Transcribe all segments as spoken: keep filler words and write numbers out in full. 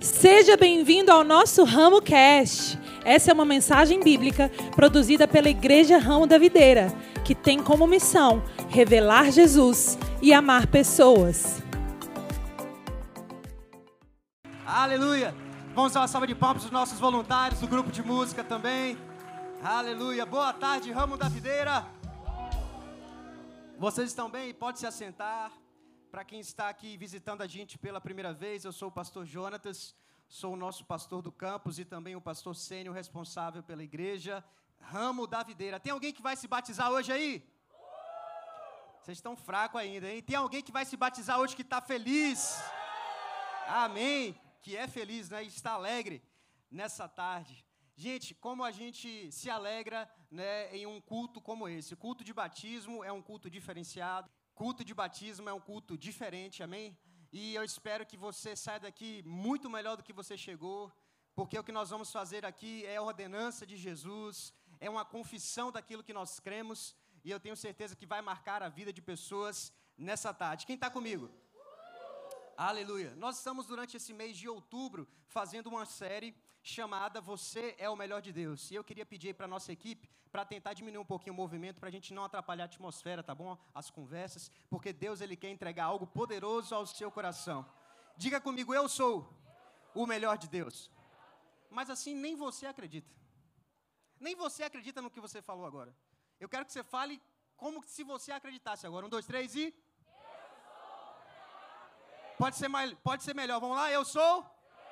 Seja bem-vindo ao nosso Ramo Cast. Essa é uma mensagem bíblica produzida pela Igreja Ramo da Videira, que tem como missão revelar Jesus e amar pessoas. Aleluia! Vamos dar uma salva de palmas para os nossos voluntários do grupo de música também. Aleluia! Boa tarde, Ramo da Videira. Vocês estão bem? Pode se assentar. Para quem está aqui visitando a gente pela primeira vez, eu sou o pastor Jonatas, sou o nosso pastor do campus e também o pastor sênior responsável pela igreja Ramo da Videira. Tem alguém que vai se batizar hoje aí? Vocês estão fracos ainda, hein? Tem alguém que vai se batizar hoje que está feliz? Amém! Que é feliz, né? E está alegre nessa tarde. Gente, como a gente se alegra, né, em um culto como esse. O culto de batismo é um culto diferenciado. Culto de batismo é um culto diferente, amém? E eu espero que você saia daqui muito melhor do que você chegou, porque o que nós vamos fazer aqui é a ordenança de Jesus, é uma confissão daquilo que nós cremos, e eu tenho certeza que vai marcar a vida de pessoas nessa tarde. Quem está comigo? Aleluia! Nós estamos durante esse mês de outubro fazendo uma série chamada Você é o Melhor de Deus. E eu queria pedir para a nossa equipe para tentar diminuir um pouquinho o movimento, para a gente não atrapalhar a atmosfera, tá bom? As conversas, porque Deus ele quer entregar algo poderoso ao seu coração. Diga comigo, eu sou o melhor de Deus. Mas assim, nem você acredita. Nem você acredita no que você falou agora. Eu quero que você fale como se você acreditasse agora. Um, dois, três e... Pode ser, mais, pode ser melhor. Vamos lá, eu sou...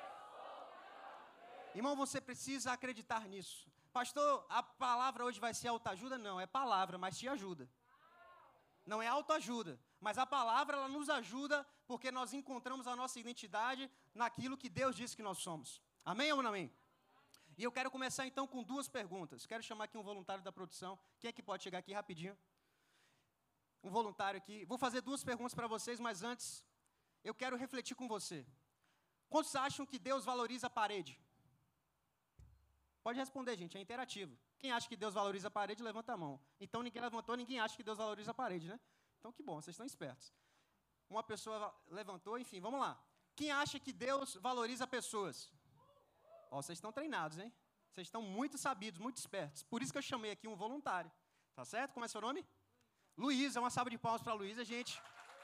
Irmão, você precisa acreditar nisso. Pastor, a palavra hoje vai ser autoajuda? Não, é palavra, mas te ajuda. Não é autoajuda, mas a palavra ela nos ajuda porque nós encontramos a nossa identidade naquilo que Deus disse que nós somos. Amém ou não amém? E eu quero começar então com duas perguntas. Quero chamar aqui um voluntário da produção. Quem é que pode chegar aqui rapidinho? Um voluntário aqui. Vou fazer duas perguntas para vocês, mas antes eu quero refletir com você. Quantos acham que Deus valoriza a parede? Pode responder, gente, é interativo. Quem acha que Deus valoriza a parede, levanta a mão. Então, ninguém levantou, ninguém acha que Deus valoriza a parede, né? Então, que bom, vocês estão espertos. Uma pessoa levantou, enfim, vamos lá. Quem acha que Deus valoriza pessoas? Ó, vocês estão treinados, hein? Vocês estão muito sabidos, muito espertos. Por isso que eu chamei aqui um voluntário. Tá certo? Como é seu nome? Luísa, uma salva de palmas para a Luísa, gente.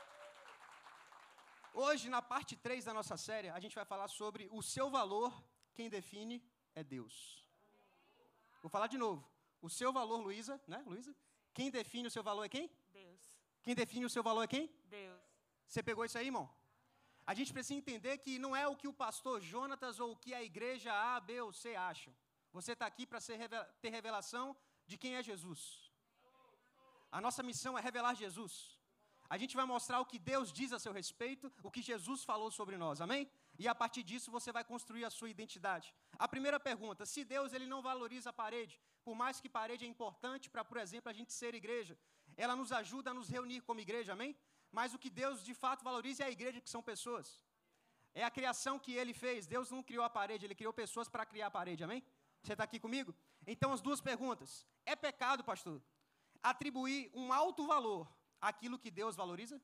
Hoje, na parte três da nossa série, a gente vai falar sobre o seu valor, quem define é Deus. Vou falar de novo. O seu valor, Luísa, né, Luísa? Quem define o seu valor é quem? Deus. Quem define o seu valor é quem? Deus. Você pegou isso aí, irmão? A gente precisa entender que não é o que o pastor Jonatas ou o que a igreja A, B ou C acham. Você está aqui para ter revelação de quem é Jesus. A nossa missão é revelar Jesus. A gente vai mostrar o que Deus diz a seu respeito, o que Jesus falou sobre nós, amém? E a partir disso você vai construir a sua identidade. A primeira pergunta, se Deus ele não valoriza a parede, por mais que parede é importante para, por exemplo, a gente ser igreja, ela nos ajuda a nos reunir como igreja, amém? Mas o que Deus de fato valoriza é a igreja, que são pessoas. É a criação que ele fez. Deus não criou a parede, ele criou pessoas para criar a parede, amém? Você está aqui comigo? Então as duas perguntas. É pecado, pastor, atribuir um alto valor àquilo que Deus valoriza?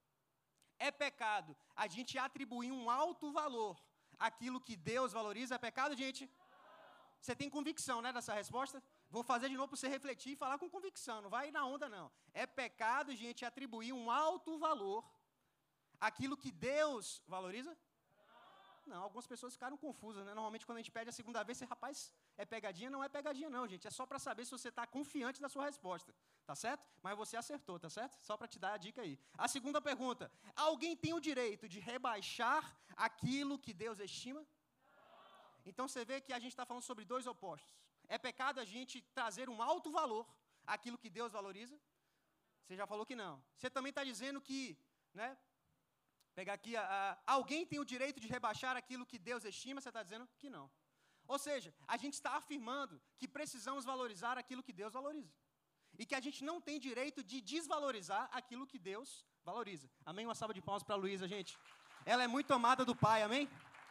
É pecado a gente atribuir um alto valor àquilo que Deus valoriza? É pecado, gente? Você tem convicção, né, dessa resposta? Vou fazer de novo para você refletir e falar com convicção, não vai na onda, não. É pecado, gente, atribuir um alto valor àquilo que Deus valoriza? Não, algumas pessoas ficaram confusas, né? Normalmente, quando a gente pede a segunda vez, você, rapaz, é pegadinha? Não é pegadinha, não, gente. É só para saber se você está confiante da sua resposta, tá certo? Mas você acertou, tá certo? Só para te dar a dica aí. A segunda pergunta, alguém tem o direito de rebaixar aquilo que Deus estima? Então, você vê que a gente está falando sobre dois opostos. É pecado a gente trazer um alto valor àquilo que Deus valoriza? Você já falou que não. Você também está dizendo que, né? Pegar aqui, a, a, alguém tem o direito de rebaixar aquilo que Deus estima? Você está dizendo que não. Ou seja, a gente está afirmando que precisamos valorizar aquilo que Deus valoriza. E que a gente não tem direito de desvalorizar aquilo que Deus valoriza. Amém? Uma salva de palmas para a Luísa, gente. Ela é muito amada do Pai, amém?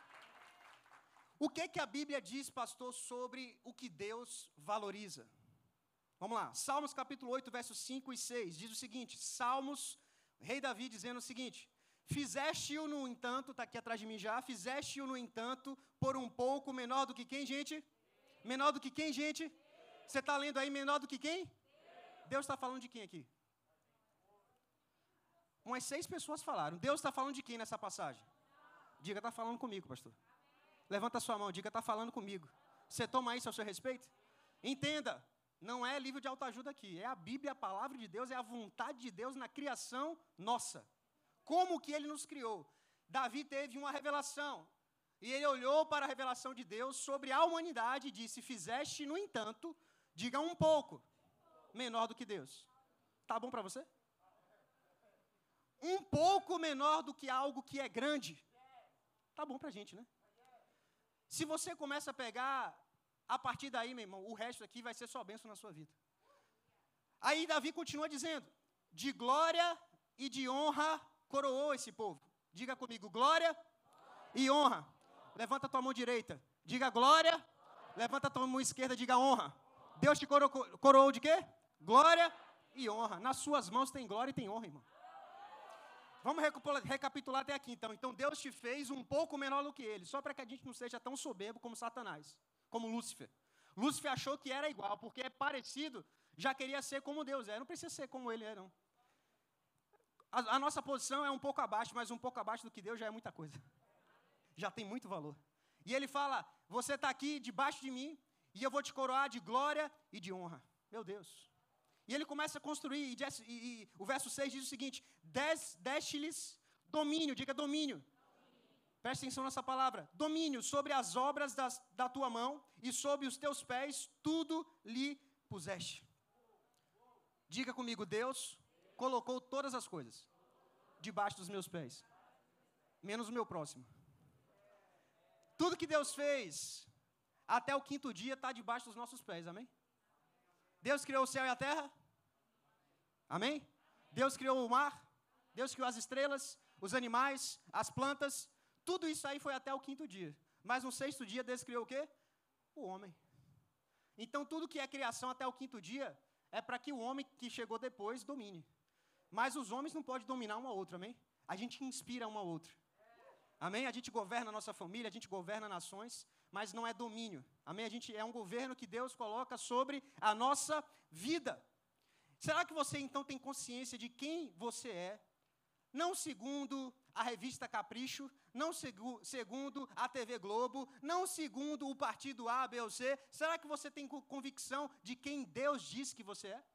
O que que a Bíblia diz, pastor, sobre o que Deus valoriza? Vamos lá. Salmos capítulo oito, versos cinco e seis. Diz o seguinte, Salmos, rei Davi dizendo o seguinte: Fizeste-o, no entanto, está aqui atrás de mim já, fizeste-o, no entanto, por um pouco menor do que quem, gente? Menor do que quem, gente? Você está lendo aí menor do que quem? Deus está falando de quem aqui? Umas seis pessoas falaram. Deus está falando de quem nessa passagem? Diga, está falando comigo, pastor. Levanta a sua mão, diga, está falando comigo. Você toma isso ao seu respeito? Entenda, não é livro de autoajuda aqui. É a Bíblia, a palavra de Deus, é a vontade de Deus na criação nossa. Como que Ele nos criou? Davi teve uma revelação. E ele olhou para a revelação de Deus sobre a humanidade e disse, fizeste, no entanto, diga um pouco menor do que Deus. Tá bom para você? Um pouco menor do que algo que é grande. Tá bom para a gente, né? Se você começa a pegar, a partir daí, meu irmão, o resto aqui vai ser só bênção na sua vida. Aí Davi continua dizendo, de glória e de honra coroou esse povo. Diga comigo, glória e honra. Levanta a tua mão direita, diga glória. Levanta a tua mão esquerda, diga honra. Deus te coro coroou de quê? Glória e honra. Nas suas mãos tem glória e tem honra, irmão. Vamos recapitular até aqui, então. Então, Deus te fez um pouco menor do que ele, só para que a gente não seja tão soberbo como Satanás, como Lúcifer. Lúcifer achou que era igual, porque é parecido, já queria ser como Deus é. Não precisa ser como ele é, não. A, a nossa posição é um pouco abaixo, mas um pouco abaixo do que Deus já é muita coisa. Já tem muito valor. E ele fala, você está aqui debaixo de mim, e eu vou te coroar de glória e de honra. Meu Deus. E ele começa a construir, e, e, e o verso seis diz o seguinte, deste-lhes domínio, diga domínio. domínio. Presta atenção nessa palavra. Domínio sobre as obras das, da tua mão, e sobre os teus pés, tudo lhe puseste. Diga comigo, Deus colocou todas as coisas debaixo dos meus pés, menos o meu próximo. Tudo que Deus fez, até o quinto dia, está debaixo dos nossos pés, amém? Deus criou o céu e a terra? Amém? Deus criou o mar? Deus criou as estrelas, os animais, as plantas? Tudo isso aí foi até o quinto dia. Mas no sexto dia, Deus criou o quê? O homem. Então, tudo que é criação até o quinto dia é para que o homem que chegou depois domine. Mas os homens não podem dominar um ao outro, amém? A gente inspira um ao outro. Amém? A gente governa a nossa família, a gente governa nações, mas não é domínio. Amém? A gente é um governo que Deus coloca sobre a nossa vida. Será que você então tem consciência de quem você é? Não segundo a revista Capricho, não segu segundo a T V Globo, não segundo o partido A, B ou C. Será que você tem convicção de quem Deus diz que você é?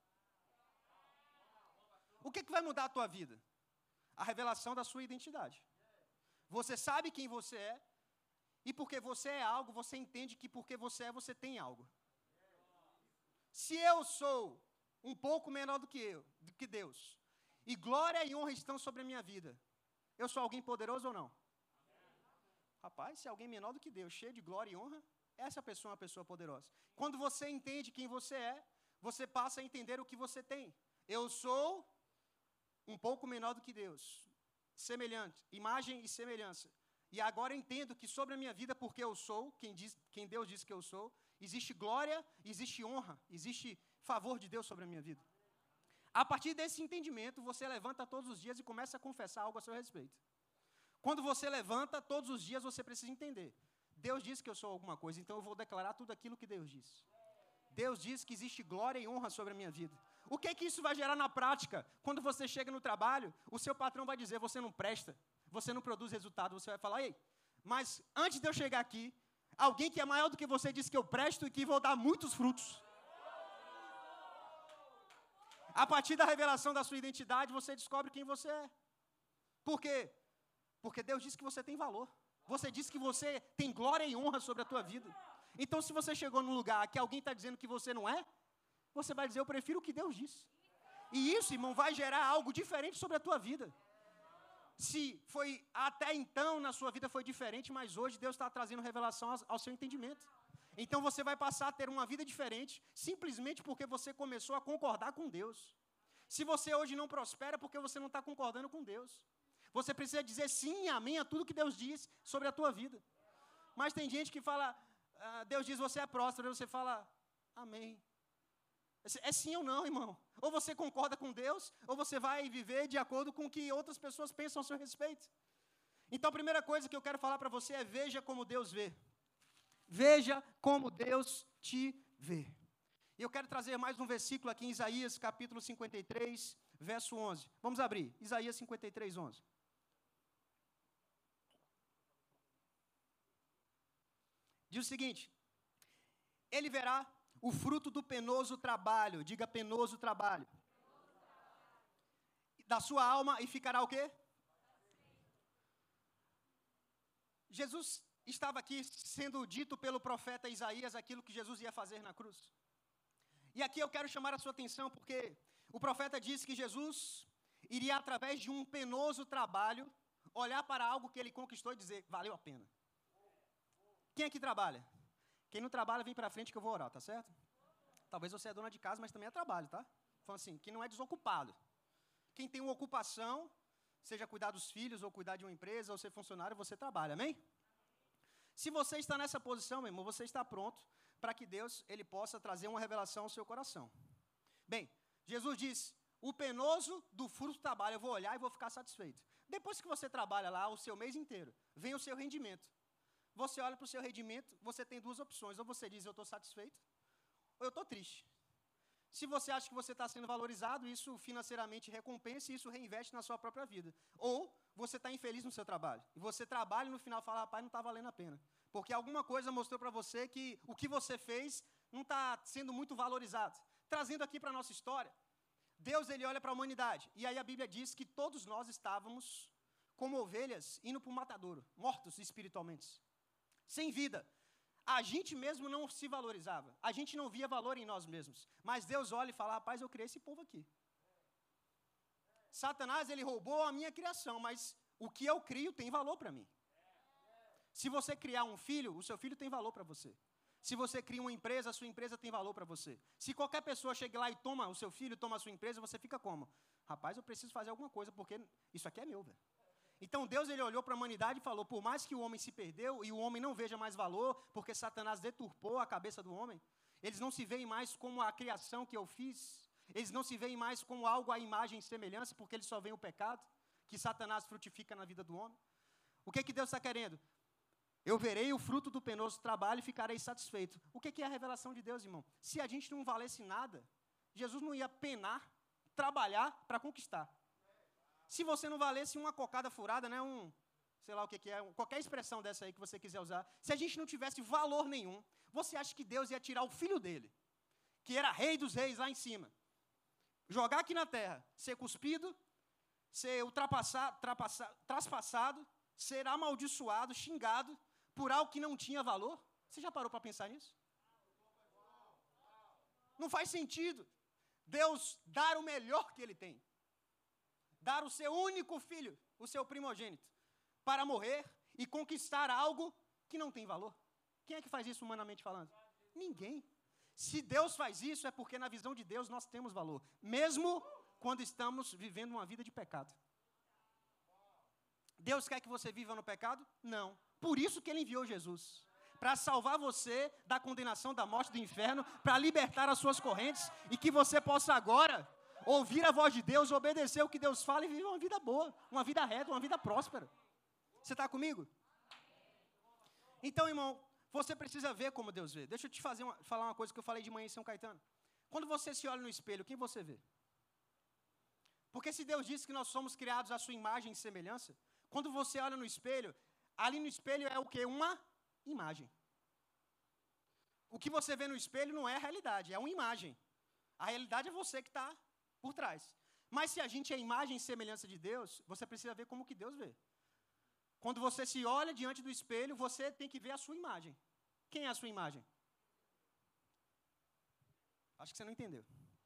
O que, que vai mudar a tua vida? A revelação da sua identidade. Você sabe quem você é, e porque você é algo, você entende que porque você é, você tem algo. Se eu sou um pouco menor do que eu, do que Deus, e glória e honra estão sobre a minha vida, eu sou alguém poderoso ou não? Rapaz, se alguém menor do que Deus, cheio de glória e honra, essa pessoa é uma pessoa poderosa. Quando você entende quem você é, você passa a entender o que você tem. Eu sou um pouco menor do que Deus. Semelhante, imagem e semelhança. E agora eu entendo que sobre a minha vida, porque eu sou, quem, diz, quem Deus diz que eu sou, existe glória, existe honra, existe favor de Deus sobre a minha vida. A partir desse entendimento, você levanta todos os dias e começa a confessar algo a seu respeito. Quando você levanta, todos os dias você precisa entender. Deus diz que eu sou alguma coisa, então eu vou declarar tudo aquilo que Deus diz. Deus diz que existe glória e honra sobre a minha vida. O que é que isso vai gerar na prática? Quando você chega no trabalho, o seu patrão vai dizer, você não presta, você não produz resultado, você vai falar, ei, mas antes de eu chegar aqui, alguém que é maior do que você disse que eu presto e que vou dar muitos frutos. A partir da revelação da sua identidade, você descobre quem você é. Por quê? Porque Deus disse que você tem valor. Você disse que você tem glória e honra sobre a tua vida. Então, se você chegou num lugar que alguém está dizendo que você não é, você vai dizer, eu prefiro o que Deus disse. E isso, irmão, vai gerar algo diferente sobre a tua vida. Se foi até então na sua vida foi diferente, mas hoje Deus está trazendo revelação ao, ao seu entendimento. Então você vai passar a ter uma vida diferente, simplesmente porque você começou a concordar com Deus. Se você hoje não prospera, porque você não está concordando com Deus. Você precisa dizer sim e amém a tudo que Deus diz sobre a tua vida. Mas tem gente que fala, ah, Deus diz você é próspero, e você fala, amém. É sim ou não, irmão. Ou você concorda com Deus, ou você vai viver de acordo com o que outras pessoas pensam a seu respeito. Então, a primeira coisa que eu quero falar para você é: veja como Deus vê. Veja como Deus te vê. E eu quero trazer mais um versículo aqui em Isaías, capítulo cinquenta e três, verso onze. Vamos abrir, Isaías cinquenta e três, onze. Diz o seguinte: ele verá o fruto do penoso trabalho, diga penoso trabalho, da sua alma, e ficará o quê? Jesus estava aqui sendo dito pelo profeta Isaías aquilo que Jesus ia fazer na cruz. E aqui eu quero chamar a sua atenção, porque o profeta disse que Jesus iria, através de um penoso trabalho, olhar para algo que ele conquistou e dizer: valeu a pena. Quem aqui trabalha? Quem não trabalha, vem para frente que eu vou orar, tá certo? Talvez você é dona de casa, mas também é trabalho, tá? Falando assim, que não é desocupado. Quem tem uma ocupação, seja cuidar dos filhos, ou cuidar de uma empresa, ou ser funcionário, você trabalha, amém? Se você está nessa posição, meu irmão, você está pronto para que Deus ele possa trazer uma revelação ao seu coração. Bem, Jesus disse: o penoso do fruto do trabalho, eu vou olhar e vou ficar satisfeito. Depois que você trabalha lá o seu mês inteiro, vem o seu rendimento. Você olha para o seu rendimento, você tem duas opções: ou você diz eu estou satisfeito, ou eu estou triste. Se você acha que você está sendo valorizado, isso financeiramente recompensa e isso reinveste na sua própria vida. Ou você está infeliz no seu trabalho. E você trabalha e no final fala: rapaz, não está valendo a pena. Porque alguma coisa mostrou para você que o que você fez não está sendo muito valorizado. Trazendo aqui para a nossa história, Deus ele olha para a humanidade. E aí a Bíblia diz que todos nós estávamos como ovelhas indo para o matadouro, mortos espiritualmente, sem vida. A gente mesmo não se valorizava. A gente não via valor em nós mesmos. Mas Deus olha e fala: rapaz, eu criei esse povo aqui. Satanás, ele roubou a minha criação, mas o que eu crio tem valor para mim. Se você criar um filho, o seu filho tem valor para você. Se você cria uma empresa, a sua empresa tem valor para você. Se qualquer pessoa chega lá e toma o seu filho, toma a sua empresa, você fica como? Rapaz, eu preciso fazer alguma coisa, porque isso aqui é meu, velho. Então Deus ele olhou para a humanidade e falou: por mais que o homem se perdeu e o homem não veja mais valor, porque Satanás deturpou a cabeça do homem, eles não se veem mais como a criação que eu fiz, eles não se veem mais como algo à imagem e semelhança, porque eles só veem o pecado, que Satanás frutifica na vida do homem. O que, que Deus está querendo? Eu verei o fruto do penoso trabalho e ficarei satisfeito. O que, que é a revelação de Deus, irmão? Se a gente não valesse nada, Jesus não ia penar, trabalhar para conquistar. Se você não valesse uma cocada furada, né, um, sei lá o que, que é, qualquer expressão dessa aí que você quiser usar, se a gente não tivesse valor nenhum, você acha que Deus ia tirar o filho dele, que era rei dos reis lá em cima, jogar aqui na terra, ser cuspido, ser ultrapassado, traspassado, ser amaldiçoado, xingado, por algo que não tinha valor? Você já parou para pensar nisso? Não faz sentido Deus dar o melhor que ele tem. Dar o seu único filho, o seu primogênito, para morrer e conquistar algo que não tem valor. Quem é que faz isso humanamente falando? Ninguém. Se Deus faz isso, é porque na visão de Deus nós temos valor, mesmo quando estamos vivendo uma vida de pecado. Deus quer que você viva no pecado? Não. Por isso que ele enviou Jesus, para salvar você da condenação, da morte, do inferno, para libertar as suas correntes e que você possa agora ouvir a voz de Deus, obedecer o que Deus fala e viver uma vida boa, uma vida reta, uma vida próspera. Você está comigo? Então, irmão, você precisa ver como Deus vê. Deixa eu te fazer uma, falar uma coisa que eu falei de manhã em São Caetano. Quando você se olha no espelho, quem você vê? Porque se Deus disse que nós somos criados à sua imagem e semelhança, quando você olha no espelho, ali no espelho é o quê? Uma imagem. O que você vê no espelho não é a realidade, é uma imagem. A realidade é você que está por trás. Mas se a gente é imagem e semelhança de Deus, você precisa ver como que Deus vê. Quando você se olha diante do espelho, você tem que ver a sua imagem. Quem é a sua imagem? Acho que você não entendeu.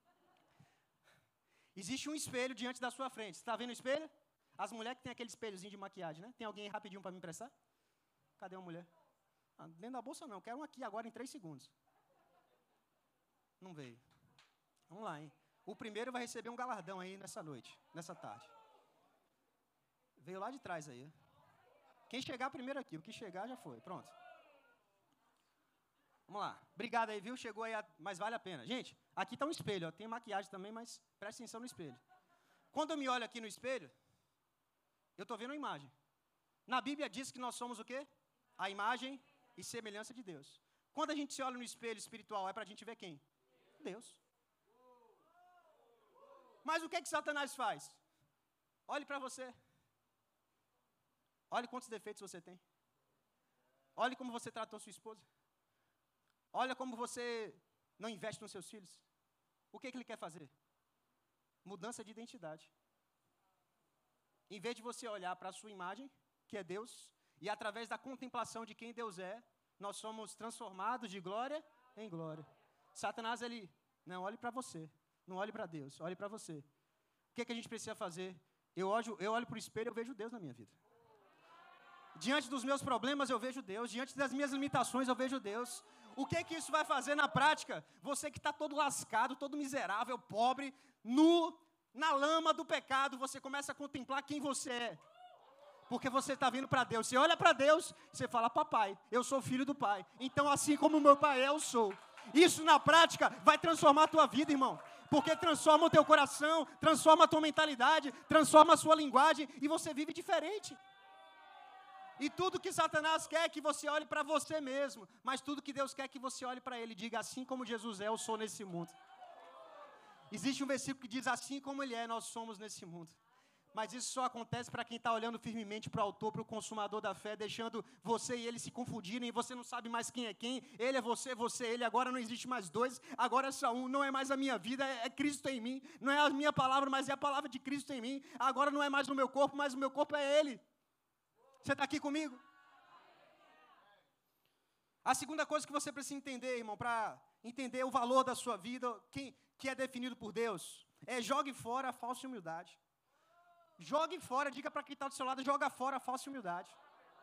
Existe um espelho diante da sua frente. Você está vendo o espelho? As mulheres que tem aquele espelhozinho de maquiagem, né? Tem alguém rapidinho para me emprestar? Cadê uma mulher? Ah, dentro da bolsa não, eu quero um aqui agora em três segundos. Não veio. Vamos lá, hein? O primeiro vai receber um galardão aí nessa noite, nessa tarde. Veio lá de trás aí. Quem chegar primeiro aqui, o que chegar já foi, pronto. Vamos lá. Obrigado aí, viu? Chegou aí, a... mas vale a pena. Gente, aqui está um espelho. Ó. Tem maquiagem também, mas presta atenção no espelho. Quando eu me olho aqui no espelho, eu estou vendo uma imagem. Na Bíblia diz que nós somos o quê? A imagem e semelhança de Deus. Quando a gente se olha no espelho espiritual, é para a gente ver quem? Deus. Mas o que é que Satanás faz? Olhe para você. Olhe quantos defeitos você tem. Olhe como você tratou sua esposa. Olha como você não investe nos seus filhos. O que, que ele quer fazer? Mudança de identidade. Em vez de você olhar para a sua imagem, que é Deus, e através da contemplação de quem Deus é, nós somos transformados de glória em glória. Satanás, ele, não, olhe para você. Não olhe para Deus, olhe para você. O que, que a gente precisa fazer? Eu olho, eu olho para o espelho e eu vejo Deus na minha vida. Diante dos meus problemas eu vejo Deus. Diante das minhas limitações eu vejo Deus. O que que isso vai fazer na prática? Você que está todo lascado, todo miserável, pobre, nu, na lama do pecado, você começa a contemplar quem você é. Porque você está vindo para Deus. Você olha para Deus, você fala, papai, eu sou filho do pai. Então assim como o meu pai é, eu sou. Isso na prática vai transformar a tua vida, irmão. Porque transforma o teu coração, transforma a tua mentalidade, transforma a sua linguagem e você vive diferente. E tudo que Satanás quer é que você olhe para você mesmo, mas tudo que Deus quer é que você olhe para Ele e diga, assim como Jesus é, eu sou nesse mundo. Existe um versículo que diz, assim como Ele é, nós somos nesse mundo. Mas isso só acontece para quem está olhando firmemente para o autor, para o consumador da fé, deixando você e ele se confundirem, e você não sabe mais quem é quem, ele é você, você é ele, agora não existe mais dois, agora é só um, não é mais a minha vida, é Cristo em mim, não é a minha palavra, mas é a palavra de Cristo em mim, agora não é mais no meu corpo, mas o meu corpo é Ele. Você está aqui comigo? A segunda coisa que você precisa entender, irmão, para entender o valor da sua vida, quem, que é definido por Deus, é jogue fora a falsa humildade. Jogue fora, diga para quem está do seu lado, joga fora a falsa humildade.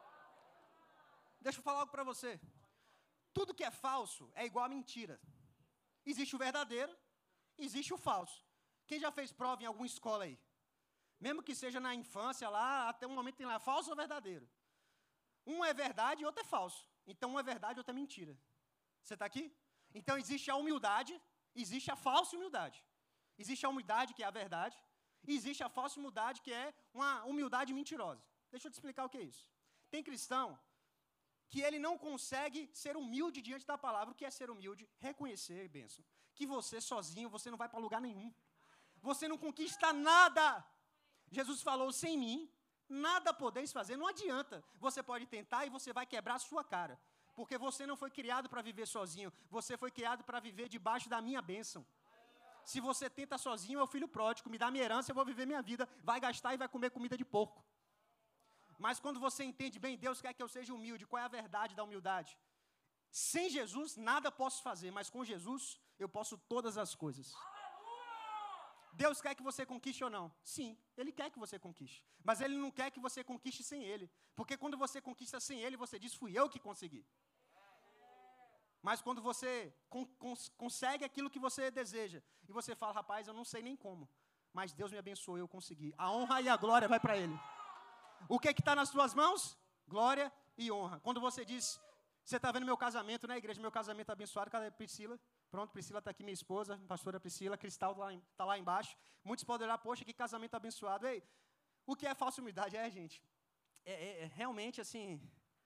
Deixa eu falar algo para você. Tudo que é falso é igual a mentira. Existe o verdadeiro, existe o falso. Quem já fez prova em alguma escola aí? Mesmo que seja na infância lá, até um momento tem lá, falso ou verdadeiro? Um é verdade e outro é falso. Então um é verdade e outro é mentira. Você está aqui? Então existe a humildade, existe a falsa humildade. Existe a humildade, que é a verdade, e existe a falsa humildade, que é uma humildade mentirosa. Deixa eu te explicar o que é isso. Tem cristão que ele não consegue ser humilde diante da palavra. O que é ser humilde? Reconhecer, bênção, que você sozinho, você não vai para lugar nenhum. Você não conquista nada. Jesus falou, sem mim, nada podeis fazer. Não adianta. Você pode tentar e você vai quebrar a sua cara. Porque você não foi criado para viver sozinho. Você foi criado para viver debaixo da minha bênção. Se você tenta sozinho, é o filho pródigo, me dá minha herança, eu vou viver minha vida, vai gastar e vai comer comida de porco. Mas quando você entende bem, Deus quer que eu seja humilde, qual é a verdade da humildade? Sem Jesus, nada posso fazer, mas com Jesus, eu posso todas as coisas. Deus quer que você conquiste ou não? Sim, Ele quer que você conquiste. Mas Ele não quer que você conquiste sem Ele. Porque quando você conquista sem Ele, você diz, fui eu que consegui. Mas quando você con cons consegue aquilo que você deseja, e você fala, rapaz, eu não sei nem como, mas Deus me abençoou, eu consegui. A honra e a glória vai para Ele. O que que está nas suas mãos? Glória e honra. Quando você diz, você está vendo meu casamento, né, igreja? Meu casamento abençoado, cadê Priscila? Pronto, Priscila está aqui, minha esposa, pastora Priscila, Cristal está lá, tá lá embaixo. Muitos podem olhar, poxa, que casamento abençoado. Ei, o que é falsa humildade? É, gente, é, é, é realmente assim,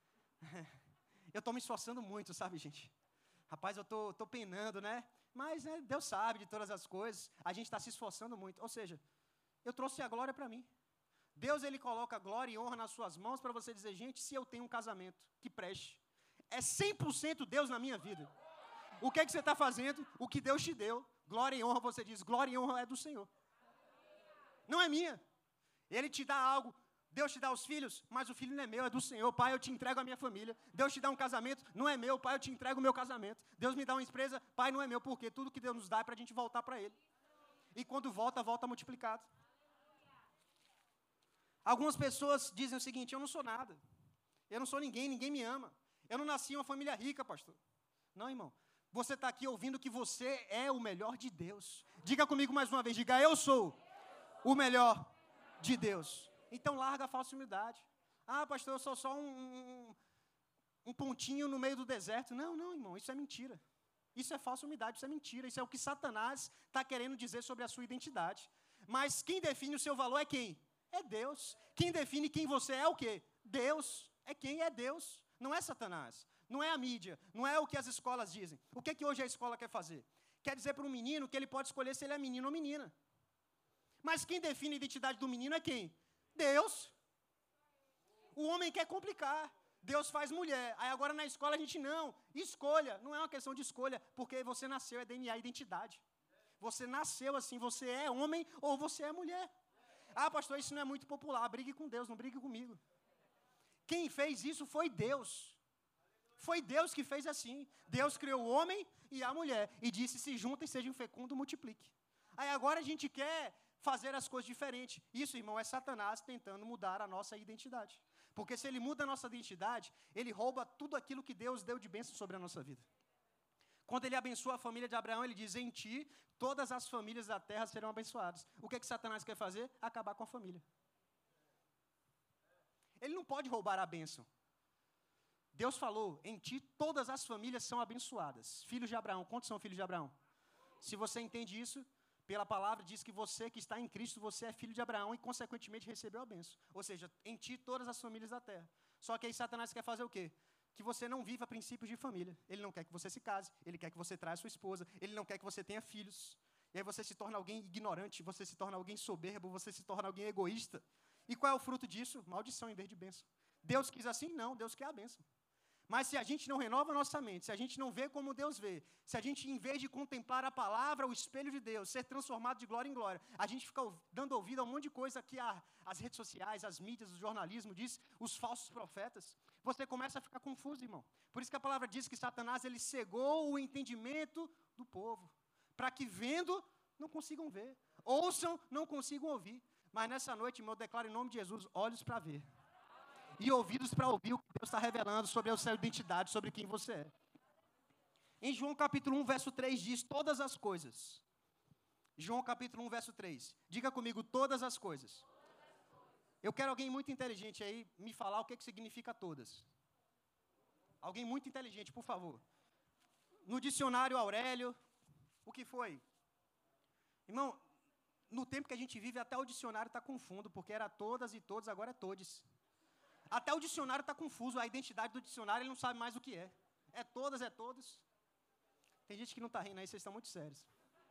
eu estou me esforçando muito, sabe, gente? Rapaz, eu estou tô, tô penando, né? Mas né, Deus sabe de todas as coisas, a gente está se esforçando muito. Ou seja, eu trouxe a glória para mim. Deus, Ele coloca glória e honra nas suas mãos para você dizer, gente, se eu tenho um casamento que preste, é cem por cento Deus na minha vida. O que é que você está fazendo? O que Deus te deu, glória e honra, você diz, glória e honra é do Senhor. Não é minha. Ele te dá algo. Deus te dá os filhos, mas o filho não é meu, é do Senhor. Pai, eu te entrego a minha família. Deus te dá um casamento, não é meu. Pai, eu te entrego o meu casamento. Deus me dá uma empresa, Pai, não é meu. Porque tudo que Deus nos dá é para a gente voltar para Ele. E quando volta, volta multiplicado. Algumas pessoas dizem o seguinte, eu não sou nada. Eu não sou ninguém, ninguém me ama. Eu não nasci em uma família rica, pastor. Não, irmão. Você está aqui ouvindo que você é o melhor de Deus. Diga comigo mais uma vez, diga, eu sou o melhor de Deus. Então larga a falsa humildade. Ah, pastor, eu sou só um, um, um pontinho no meio do deserto. Não, não, irmão, isso é mentira. Isso é falsa humildade, isso é mentira. Isso é o que Satanás está querendo dizer sobre a sua identidade. Mas quem define o seu valor é quem? É Deus. Quem define quem você é o quê? Deus. É quem é Deus. Não é Satanás. Não é a mídia. Não é o que as escolas dizem. O que, é que hoje a escola quer fazer? Quer dizer para um menino que ele pode escolher se ele é menino ou menina. Mas quem define a identidade do menino é quem? Deus. O homem quer complicar. Deus faz mulher. Aí agora na escola a gente não. Escolha. Não é uma questão de escolha, porque você nasceu, é D N A, identidade. Você nasceu assim, você é homem ou você é mulher. Ah, pastor, isso não é muito popular. Brigue com Deus, não brigue comigo. Quem fez isso foi Deus. Foi Deus que fez assim. Deus criou o homem e a mulher. E disse, se juntem, sejam fecundos, multiplique. Aí agora a gente quer fazer as coisas diferentes. Isso, irmão, é Satanás tentando mudar a nossa identidade. Porque se ele muda a nossa identidade, ele rouba tudo aquilo que Deus deu de bênção sobre a nossa vida. Quando ele abençoa a família de Abraão, ele diz, em ti, todas as famílias da terra serão abençoadas. O que, é que Satanás quer fazer? Acabar com a família. Ele não pode roubar a bênção. Deus falou, em ti todas as famílias são abençoadas. Filhos de Abraão, quantos são filhos de Abraão? Se você entende isso, pela palavra diz que você que está em Cristo, você é filho de Abraão e consequentemente recebeu a bênção. Ou seja, em ti todas as famílias da terra. Só que aí Satanás quer fazer o quê? Que você não viva princípios de família. Ele não quer que você se case, ele quer que você traia sua esposa, ele não quer que você tenha filhos. E aí você se torna alguém ignorante, você se torna alguém soberbo, você se torna alguém egoísta. E qual é o fruto disso? Maldição em vez de bênção. Deus quis assim? Não, Deus quer a bênção. Mas se a gente não renova a nossa mente, se a gente não vê como Deus vê, se a gente, em vez de contemplar a palavra, o espelho de Deus, ser transformado de glória em glória, a gente fica dando ouvido a um monte de coisa que a, as redes sociais, as mídias, o jornalismo diz, os falsos profetas, você começa a ficar confuso, irmão. Por isso que a palavra diz que Satanás, ele cegou o entendimento do povo, para que vendo, não consigam ver, ouçam, não consigam ouvir. Mas nessa noite, irmão, eu declaro em nome de Jesus, olhos para ver. E ouvidos para ouvir o que Deus está revelando sobre a sua identidade, sobre quem você é. Em João capítulo um, verso três, diz todas as coisas. João capítulo um, verso três. Diga comigo, todas as coisas. Eu quero alguém muito inteligente aí me falar o que, que significa todas. Alguém muito inteligente, por favor. No dicionário Aurélio, o que foi? Irmão, no tempo que a gente vive, até o dicionário está confuso, porque era todas e todos, agora é todes. Até o dicionário está confuso, a identidade do dicionário, ele não sabe mais o que é. É todas, é todos. Tem gente que não está rindo aí, vocês estão muito sérios.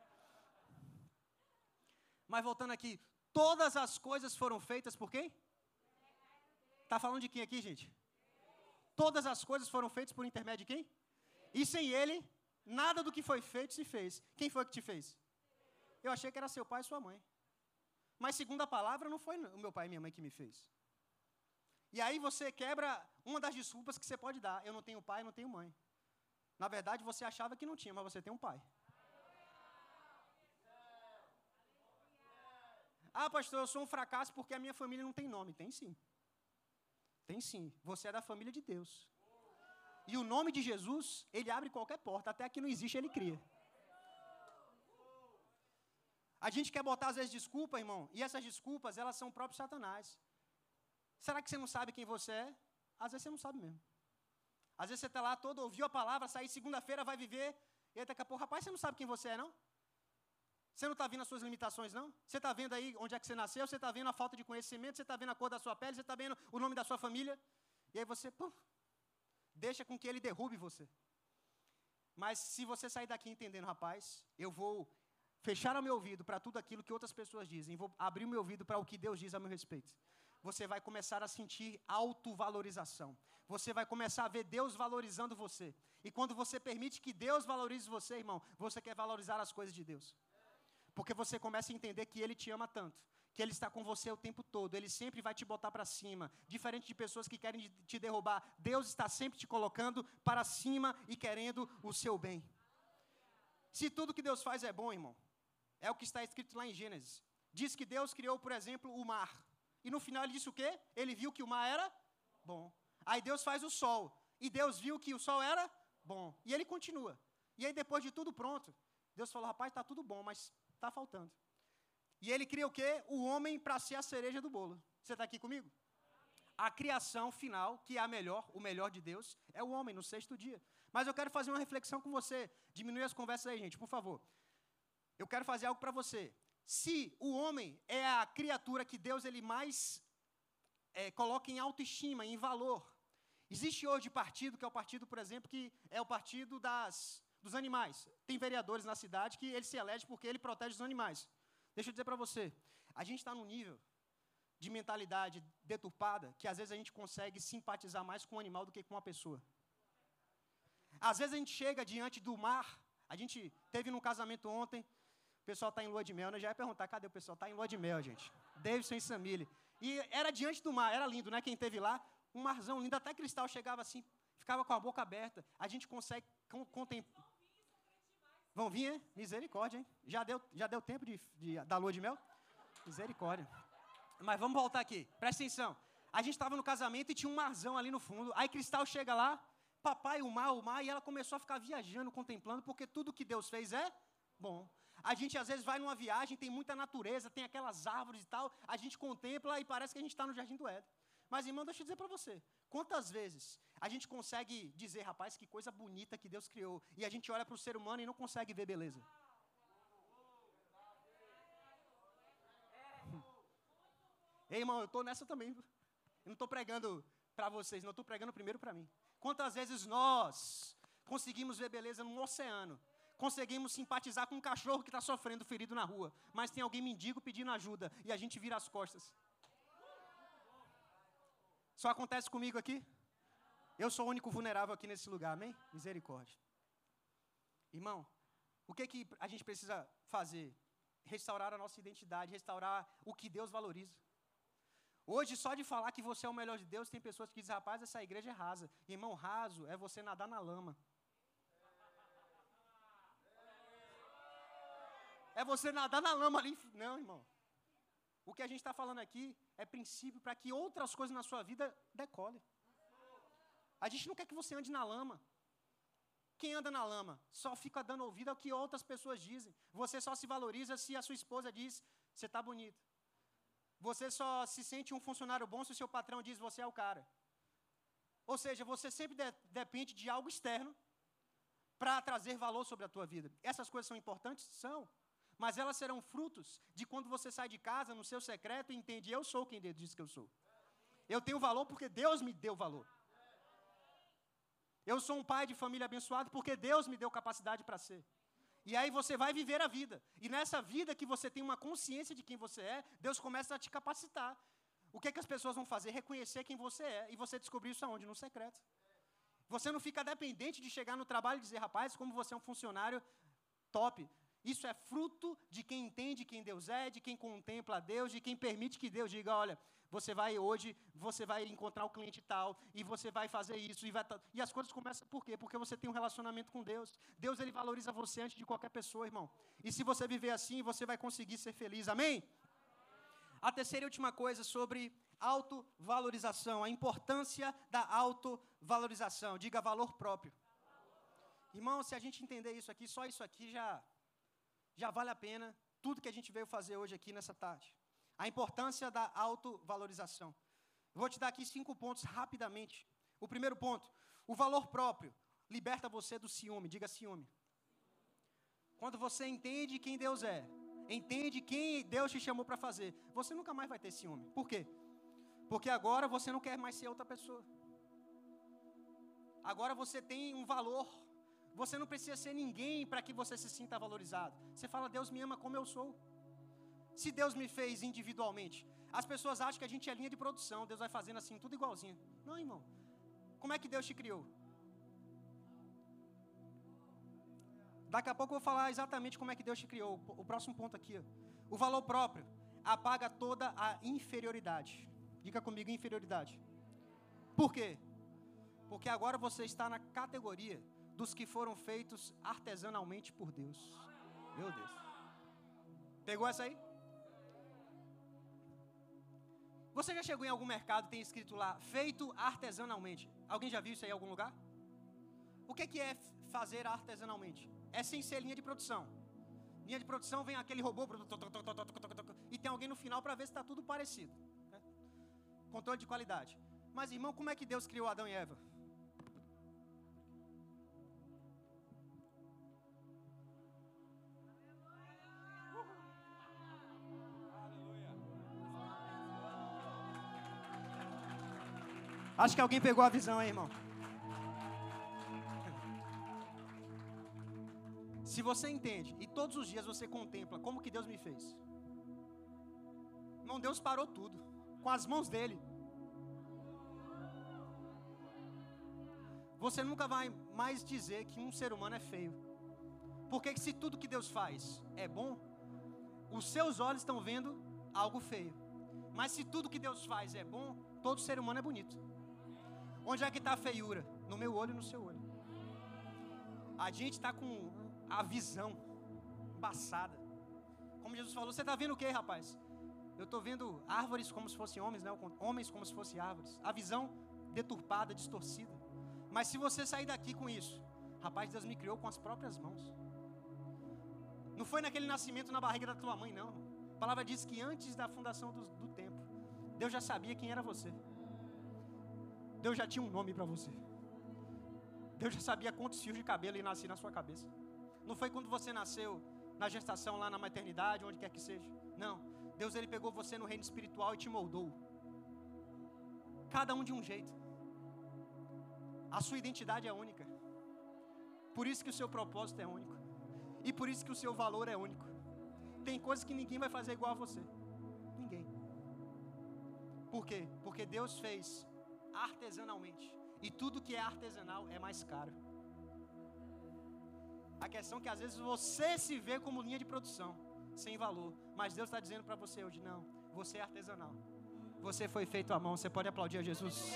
Mas voltando aqui, todas as coisas foram feitas por quem? Está falando de quem aqui, gente? Todas as coisas foram feitas por intermédio de quem? E sem ele, nada do que foi feito se fez. Quem foi que te fez? Eu achei que era seu pai e sua mãe. Mas segundo a palavra, não foi o meu pai e minha mãe que me fez. E aí você quebra uma das desculpas que você pode dar. Eu não tenho pai, não tenho mãe. Na verdade, você achava que não tinha, mas você tem um pai. Ah, pastor, eu sou um fracasso porque a minha família não tem nome. Tem sim. Tem sim. Você é da família de Deus. E o nome de Jesus, ele abre qualquer porta. Até que não existe, ele cria. A gente quer botar, às vezes, desculpa, irmão. E essas desculpas, elas são o próprio Satanás. Será que você não sabe quem você é? Às vezes você não sabe mesmo. Às vezes você está lá todo, ouviu a palavra, sair segunda-feira, vai viver, e daqui a pouco, rapaz, você não sabe quem você é, não? Você não está vendo as suas limitações, não? Você está vendo aí onde é que você nasceu, você está vendo a falta de conhecimento, você está vendo a cor da sua pele, você está vendo o nome da sua família, e aí você, puf, deixa com que ele derrube você. Mas se você sair daqui entendendo, rapaz, eu vou fechar o meu ouvido para tudo aquilo que outras pessoas dizem, vou abrir o meu ouvido para o que Deus diz a meu respeito. Você vai começar a sentir autovalorização. Você vai começar a ver Deus valorizando você. E quando você permite que Deus valorize você, irmão, você quer valorizar as coisas de Deus. Porque você começa a entender que Ele te ama tanto, que Ele está com você o tempo todo, Ele sempre vai te botar para cima. Diferente de pessoas que querem te derrubar, Deus está sempre te colocando para cima e querendo o seu bem. Se tudo que Deus faz é bom, irmão, é o que está escrito lá em Gênesis. Diz que Deus criou, por exemplo, o mar. E no final ele disse o quê? Ele viu que o mar era bom. Aí Deus faz o sol. E Deus viu que o sol era bom. E ele continua. E aí depois de tudo pronto, Deus falou, rapaz, está tudo bom, mas está faltando. E ele cria o quê? O homem para ser a cereja do bolo. Você está aqui comigo? a criação final, que é a melhor, o melhor de Deus, é o homem no sexto dia. Mas eu quero fazer uma reflexão com você. Diminui as conversas aí, gente, por favor. Eu quero fazer algo para você. Se o homem é a criatura que Deus ele mais é, coloca em autoestima, em valor, existe hoje partido, que é o partido, por exemplo, que é o partido das, dos animais. Tem vereadores na cidade que ele se elege porque ele protege os animais. Deixa eu dizer para você, a gente está num nível de mentalidade deturpada que às vezes a gente consegue simpatizar mais com um animal do que com uma pessoa. Às vezes a gente chega diante do mar, a gente teve num casamento ontem, o pessoal está em lua de mel, né? Já ia perguntar, cadê o pessoal? Está em lua de mel, gente. Davidson e Samile. E era diante do mar, era lindo, né? Quem esteve lá, um marzão lindo, até Cristal chegava assim, ficava com a boca aberta. A gente consegue contemplar. Vão vir, hein? Misericórdia, hein? Já deu, já deu tempo de, de, da lua de mel? Misericórdia. Mas vamos voltar aqui, presta atenção. A gente estava no casamento e tinha um marzão ali no fundo. Aí Cristal chega lá, papai, o mar, o mar, e ela começou a ficar viajando, contemplando, porque tudo que Deus fez é bom. A gente às vezes vai numa viagem, tem muita natureza, tem aquelas árvores e tal, a gente contempla e parece que a gente está no Jardim do Éden. Mas, irmão, deixa eu dizer para você, quantas vezes a gente consegue dizer, rapaz, que coisa bonita que Deus criou, e a gente olha para o ser humano e não consegue ver beleza? Ei, irmão, eu estou nessa também. Eu não estou pregando para vocês, não estou pregando primeiro para mim. Quantas vezes nós conseguimos ver beleza num oceano, conseguimos simpatizar com um cachorro que está sofrendo ferido na rua, mas tem alguém mendigo pedindo ajuda e a gente vira as costas. Só acontece comigo aqui? Eu sou o único vulnerável aqui nesse lugar, amém? Misericórdia. Irmão, o que, que a gente precisa fazer? Restaurar a nossa identidade, restaurar o que Deus valoriza. Hoje, só de falar que você é o melhor de Deus, tem pessoas que dizem, rapaz, essa igreja é rasa. Irmão, raso é você nadar na lama. É você nadar na lama ali. Não, irmão. O que a gente está falando aqui é princípio para que outras coisas na sua vida decolem. A gente não quer que você ande na lama. Quem anda na lama só fica dando ouvido ao que outras pessoas dizem. Você só se valoriza se a sua esposa diz, você está bonito. Você só se sente um funcionário bom se o seu patrão diz, você é o cara. Ou seja, você sempre de, depende de algo externo para trazer valor sobre a tua vida. Essas coisas são importantes? São. Mas elas serão frutos de quando você sai de casa, no seu secreto, e entende, eu sou quem Deus diz que eu sou. Eu tenho valor porque Deus me deu valor. Eu sou um pai de família abençoado porque Deus me deu capacidade para ser. E aí você vai viver a vida. E nessa vida que você tem uma consciência de quem você é, Deus começa a te capacitar. O que é que as pessoas vão fazer? Reconhecer quem você é. E você descobrir isso aonde? No secreto. Você não fica dependente de chegar no trabalho e dizer, rapaz, como você é um funcionário top. Isso é fruto de quem entende quem Deus é, de quem contempla a Deus, de quem permite que Deus diga, olha, você vai hoje, você vai encontrar o cliente tal, e você vai fazer isso, e, vai e as coisas começam por quê? Porque você tem um relacionamento com Deus. Deus, ele valoriza você antes de qualquer pessoa, irmão. E se você viver assim, você vai conseguir ser feliz, amém? A terceira e última coisa sobre autovalorização, a importância da autovalorização, diga valor próprio. Irmão, se a gente entender isso aqui, só isso aqui já... já vale a pena tudo que a gente veio fazer hoje aqui nessa tarde. A importância da autovalorização. Vou te dar aqui cinco pontos rapidamente. O primeiro ponto, o valor próprio liberta você do ciúme, diga ciúme. Quando você entende quem Deus é, entende quem Deus te chamou para fazer, você nunca mais vai ter ciúme. Por quê? Porque agora você não quer mais ser outra pessoa. Agora você tem um valor. Você não precisa ser ninguém para que você se sinta valorizado. Você fala, Deus me ama como eu sou. Se Deus me fez individualmente, as pessoas acham que a gente é linha de produção, Deus vai fazendo assim, tudo igualzinho. Não, irmão. Como é que Deus te criou? Daqui a pouco eu vou falar exatamente como é que Deus te criou. O próximo ponto aqui, ó. O valor próprio apaga toda a inferioridade. Diga comigo, inferioridade. Por quê? Porque agora você está na categoria dos que foram feitos artesanalmente por Deus. Meu Deus. Pegou essa aí? Você já chegou em algum mercado e tem escrito lá, feito artesanalmente? Alguém já viu isso aí em algum lugar? O que, que é fazer artesanalmente? É sem ser linha de produção. Linha de produção vem aquele robô e tem alguém no final para ver se está tudo parecido. Controle de qualidade. Mas, irmão, como é que Deus criou Adão e Eva? Acho que alguém pegou a visão aí, irmão. Se você entende e todos os dias você contempla como que Deus me fez. Irmão, Deus parou tudo com as mãos dele. Você nunca vai mais dizer que um ser humano é feio. Porque se tudo que Deus faz é bom, os seus olhos estão vendo algo feio. Mas se tudo que Deus faz é bom, todo ser humano é bonito. Onde é que está a feiura? No meu olho e no seu olho. A gente está com a visão embaçada. Como Jesus falou, você está vendo o que, rapaz? Eu estou vendo árvores como se fossem homens, né? Homens como se fossem árvores. A visão deturpada, distorcida. Mas se você sair daqui com isso, rapaz, Deus me criou com as próprias mãos. Não foi naquele nascimento na barriga da tua mãe, não. A palavra diz que antes da fundação do, do tempo, Deus já sabia quem era você. Deus já tinha um nome para você. Deus já sabia quantos fios de cabelo ia nascer na sua cabeça. Não foi quando você nasceu na gestação, lá na maternidade, onde quer que seja. Não. Deus, Ele pegou você no reino espiritual e te moldou. Cada um de um jeito. A sua identidade é única. Por isso que o seu propósito é único. E por isso que o seu valor é único. Tem coisas que ninguém vai fazer igual a você. Ninguém. Por quê? Porque Deus fez artesanalmente. E tudo que é artesanal é mais caro. A questão é que às vezes você se vê como linha de produção, sem valor. Mas Deus está dizendo para você hoje, não, você é artesanal. Você foi feito à mão, você pode aplaudir a Jesus.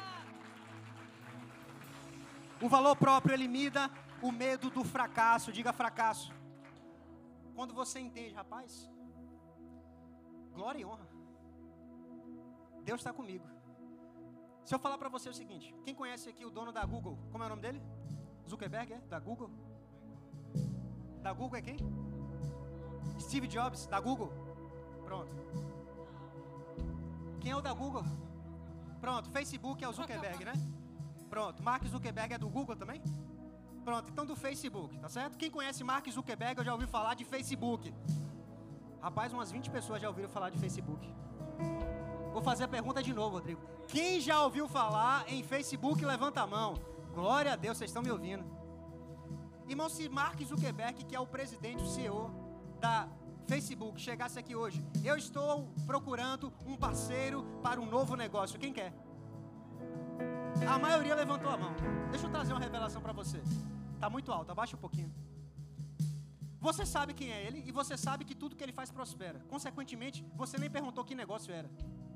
O valor próprio elimina o medo do fracasso, diga fracasso. Quando você entende, rapaz, glória e honra. Deus está comigo. Se eu falar para você o seguinte, quem conhece aqui o dono da Google, como é o nome dele? Zuckerberg, é? Da Google? Da Google é quem? Steve Jobs, da Google? Pronto. Quem é o da Google? Pronto, Facebook é o Zuckerberg, né? Pronto, Mark Zuckerberg é do Google também? Pronto, então do Facebook, tá certo? Quem conhece Mark Zuckerberg, eu já ouvi falar de Facebook. Rapaz, umas vinte pessoas já ouviram falar de Facebook. Vou fazer a pergunta de novo, Rodrigo. Quem já ouviu falar em Facebook, levanta a mão. Glória a Deus, vocês estão me ouvindo. Irmão, se Mark Zuckerberg, que é o presidente, o C E O da Facebook, chegasse aqui hoje, eu estou procurando um parceiro para um novo negócio. Quem quer? A maioria levantou a mão. Deixa eu trazer uma revelação para você. Está muito alto, abaixa um pouquinho. Você sabe quem é ele e você sabe que tudo que ele faz prospera. Consequentemente, você nem perguntou que negócio era.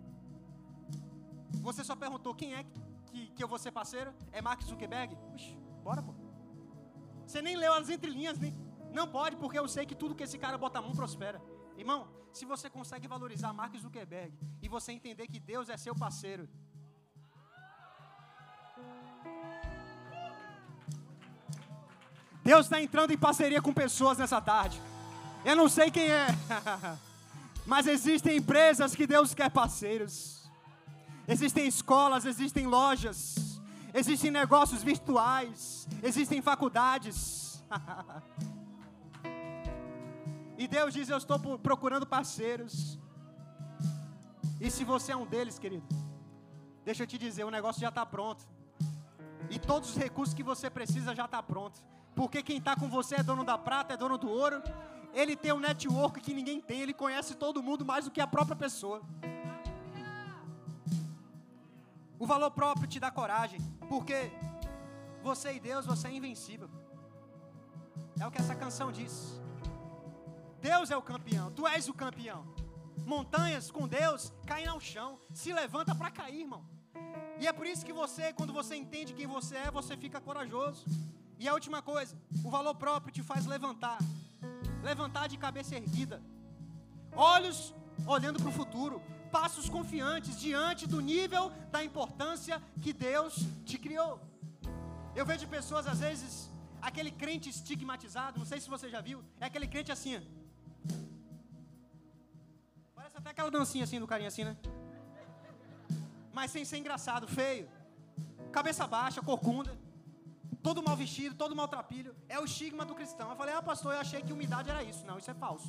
Você só perguntou quem é que, que eu vou ser parceiro? É Mark Zuckerberg? Puxa, bora, pô. Você nem leu as entrelinhas, nem. Não pode, porque eu sei que tudo que esse cara bota a mão prospera. Irmão, se você consegue valorizar Mark Zuckerberg e você entender que Deus é seu parceiro, Deus está entrando em parceria com pessoas nessa tarde. Eu não sei quem é, mas existem empresas que Deus quer parceiros. Existem escolas, existem lojas, existem negócios virtuais, existem faculdades. E Deus diz, eu estou procurando parceiros. E se você é um deles, querido, deixa eu te dizer, o negócio já está pronto. E todos os recursos que você precisa já está pronto. Porque quem está com você é dono da prata, é dono do ouro. Ele tem um network que ninguém tem. Ele conhece todo mundo mais do que a própria pessoa. O valor próprio te dá coragem. Porque você e Deus, você é invencível. É o que essa canção diz. Deus é o campeão, tu és o campeão. Montanhas com Deus caem ao chão. Se levanta para cair, irmão. E é por isso que você, quando você entende quem você é, você fica corajoso. E a última coisa, o valor próprio te faz levantar. Levantar de cabeça erguida. Olhos olhando para o futuro. Passos confiantes diante do nível da importância que Deus te criou. Eu vejo pessoas, às vezes, aquele crente estigmatizado, não sei se você já viu, é aquele crente assim, ó. Parece até aquela dancinha assim do carinha assim, né? mas sem ser engraçado, feio. Cabeça baixa, corcunda, todo mal vestido, todo maltrapilho. É o estigma do cristão. Eu falei, ah, pastor, eu achei que humildade era isso. Não, isso é falso.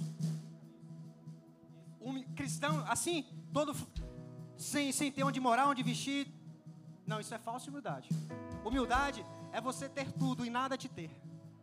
Um cristão, assim, todo sem, sem ter onde morar, onde vestir. Não, isso é falsa humildade. Humildade é você ter tudo e nada te ter.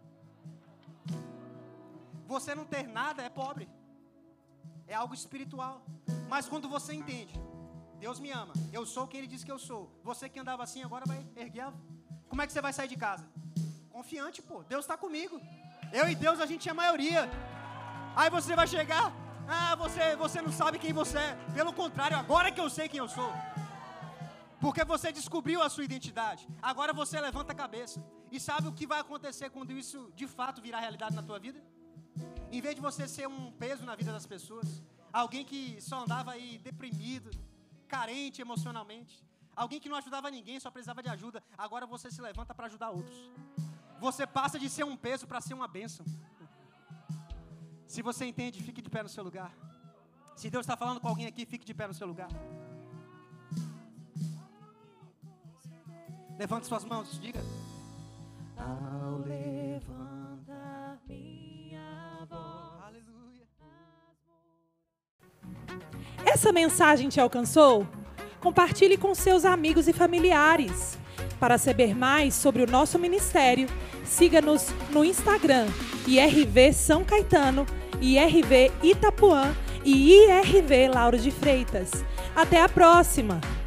Você não ter nada é pobre. É algo espiritual. Mas quando você entende, Deus me ama, eu sou quem Ele diz que eu sou. Você que andava assim agora vai erguer a... Como é que você vai sair de casa? Confiante, pô, Deus está comigo. Eu e Deus, a gente é maioria. Aí você vai chegar, ah, você, você não sabe quem você é. Pelo contrário, agora que eu sei quem eu sou. Porque você descobriu a sua identidade. Agora você levanta a cabeça. E sabe o que vai acontecer quando isso de fato virar realidade na tua vida? Em vez de você ser um peso na vida das pessoas, alguém que só andava aí deprimido, carente emocionalmente, alguém que não ajudava ninguém, só precisava de ajuda, agora você se levanta para ajudar outros. Você passa de ser um peso para ser uma bênção. Se você entende, fique de pé no seu lugar. Se Deus está falando com alguém aqui, fique de pé no seu lugar. Levante suas mãos, diga. Ao levantar minha voz. Aleluia. Essa mensagem te alcançou? Compartilhe com seus amigos e familiares. Para saber mais sobre o nosso ministério, siga-nos no Instagram, I R V São Caetano, I R V Itapuã e I R V Lauro de Freitas. Até a próxima!